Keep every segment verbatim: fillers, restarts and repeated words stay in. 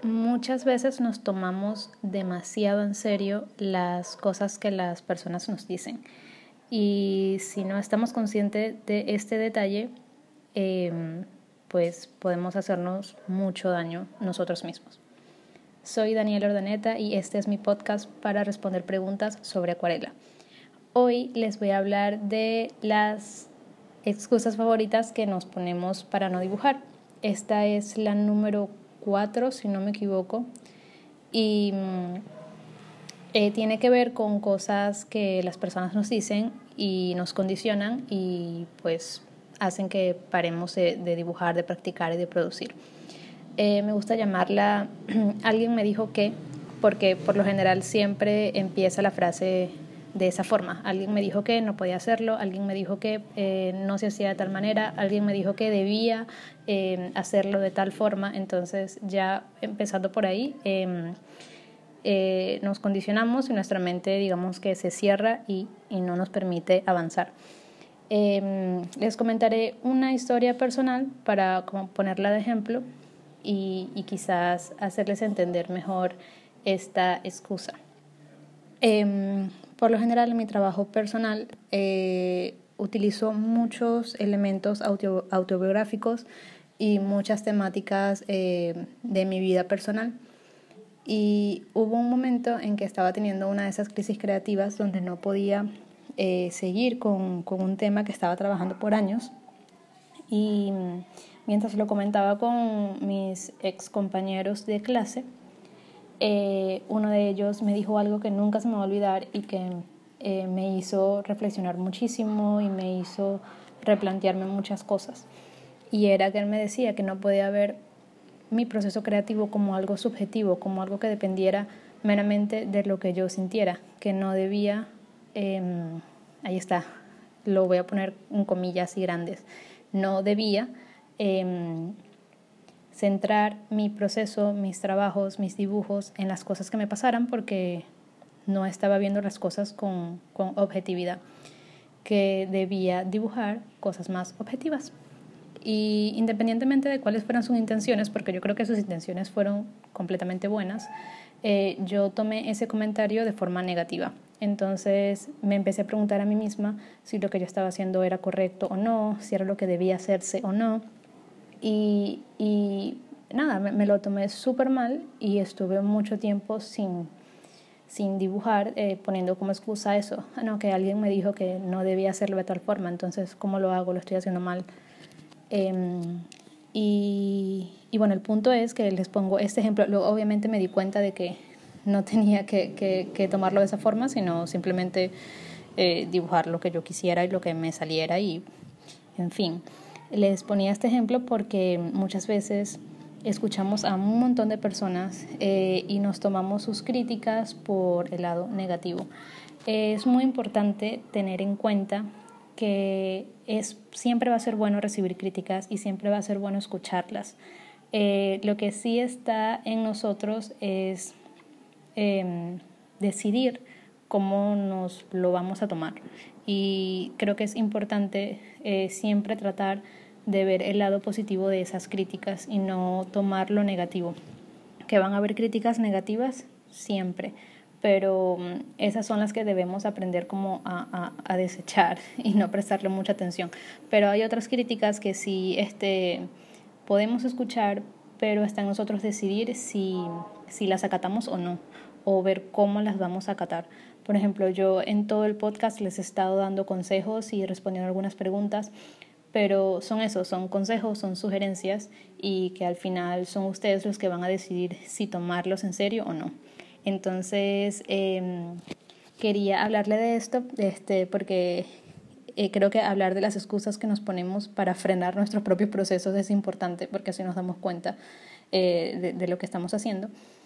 Muchas veces nos tomamos demasiado en serio las cosas que las personas nos dicen y si no estamos conscientes de este detalle, eh, pues podemos hacernos mucho daño nosotros mismos. Soy Daniela Ordaneta y este es mi podcast para responder preguntas sobre acuarela. Hoy les voy a hablar de las excusas favoritas que nos ponemos para no dibujar. Esta es la número cuatro, si no me equivoco, y eh, tiene que ver con cosas que las personas nos dicen y nos condicionan y pues hacen que paremos de, de dibujar, de practicar y de producir. Eh, me gusta llamarla alguien me dijo que, porque por lo general siempre empieza la frase de esa forma. Alguien me dijo que no podía hacerlo, alguien me dijo que eh, no se hacía de tal manera, alguien me dijo que debía eh, hacerlo de tal forma. Entonces ya empezando por ahí eh, eh, nos condicionamos y nuestra mente digamos que se cierra y, y no nos permite avanzar. Eh, les comentaré una historia personal para como ponerla de ejemplo y, y quizás hacerles entender mejor esta excusa. Eh, por lo general en mi trabajo personal eh, utilizo muchos elementos auto, autobiográficos y muchas temáticas eh, de mi vida personal, y hubo un momento en que estaba teniendo una de esas crisis creativas donde no podía eh, seguir con, con un tema que estaba trabajando por años, y mientras lo comentaba con mis ex compañeros de clase, Eh, uno de ellos me dijo algo que nunca se me va a olvidar y que eh, me hizo reflexionar muchísimo y me hizo replantearme muchas cosas. Y era que él me decía que no podía ver mi proceso creativo como algo subjetivo, como algo que dependiera meramente de lo que yo sintiera, que no debía, eh, ahí está, lo voy a poner en comillas y grandes, no debía eh, centrar mi proceso, mis trabajos, mis dibujos en las cosas que me pasaran, porque no estaba viendo las cosas con, con objetividad, que debía dibujar cosas más objetivas. Y independientemente de cuáles fueran sus intenciones, porque yo creo que sus intenciones fueron completamente buenas, eh, yo tomé ese comentario de forma negativa. Entonces me empecé a preguntar a mí misma si lo que yo estaba haciendo era correcto o no, si era lo que debía hacerse o no. Y, y nada, me, me lo tomé súper mal y estuve mucho tiempo sin, sin dibujar, eh, poniendo como excusa eso. Ah, no, que alguien me dijo que no debía hacerlo de tal forma, entonces, ¿cómo lo hago? Lo estoy haciendo mal. Eh, y, y bueno, el punto es que les pongo este ejemplo. Luego, obviamente me di cuenta de que no tenía que, que, que tomarlo de esa forma, sino simplemente eh, dibujar lo que yo quisiera y lo que me saliera y, en fin. Les ponía este ejemplo porque muchas veces escuchamos a un montón de personas eh, y nos tomamos sus críticas por el lado negativo. Eh, es muy importante tener en cuenta que es, siempre va a ser bueno recibir críticas y siempre va a ser bueno escucharlas. Eh, lo que sí está en nosotros es eh, decidir cómo nos lo vamos a tomar. Y creo que es importante eh, siempre tratar de ver el lado positivo de esas críticas y no tomar lo negativo. Que van a haber críticas negativas siempre, pero um, esas son las que debemos aprender como a, a, a desechar y no prestarle mucha atención. Pero hay otras críticas que sí este, podemos escuchar, pero está en nosotros decidir si, si las acatamos o no, o ver cómo las vamos a acatar. Por ejemplo, yo en todo el podcast les he estado dando consejos y respondiendo algunas preguntas, pero son esos, son consejos, son sugerencias y que al final son ustedes los que van a decidir si tomarlos en serio o no. Entonces, eh, quería hablarle de esto este, porque eh, creo que hablar de las excusas que nos ponemos para frenar nuestros propios procesos es importante, porque así nos damos cuenta eh, de, de lo que estamos haciendo.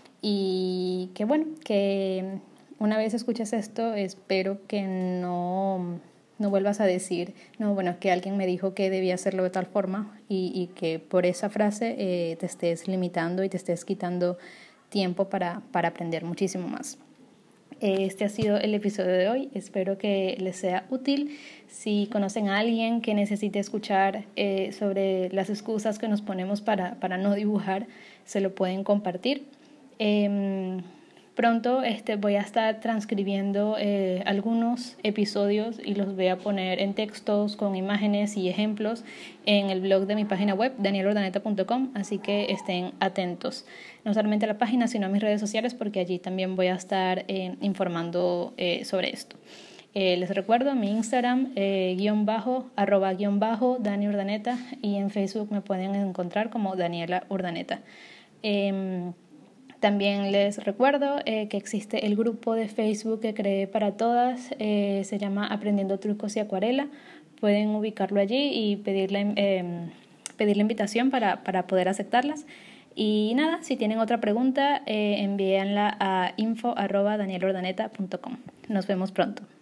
Y que bueno, que una vez escuches esto, espero que no... no vuelvas a decir, no, bueno, que alguien me dijo que debía hacerlo de tal forma y, y que por esa frase eh, te estés limitando y te estés quitando tiempo para, para aprender muchísimo más. Este ha sido el episodio de hoy, espero que les sea útil. Si conocen a alguien que necesite escuchar eh, sobre las excusas que nos ponemos para, para no dibujar, se lo pueden compartir. Eh, Pronto este, voy a estar transcribiendo eh, algunos episodios y los voy a poner en textos con imágenes y ejemplos en el blog de mi página web, daniela urdaneta punto com, así que estén atentos, no solamente a la página, sino a mis redes sociales, porque allí también voy a estar eh, informando eh, sobre esto. Eh, les recuerdo mi Instagram, eh, guión bajo, arroba guión bajo, Dani Urdaneta, y en Facebook me pueden encontrar como Daniela Urdaneta. Eh, También les recuerdo eh, que existe el grupo de Facebook que creé para todas, eh, se llama Aprendiendo Trucos y Acuarela. Pueden ubicarlo allí y pedirle, eh, pedir la invitación para, para poder aceptarlas. Y nada, si tienen otra pregunta, eh, envíenla a info arroba daniela urdaneta punto com. Nos vemos pronto.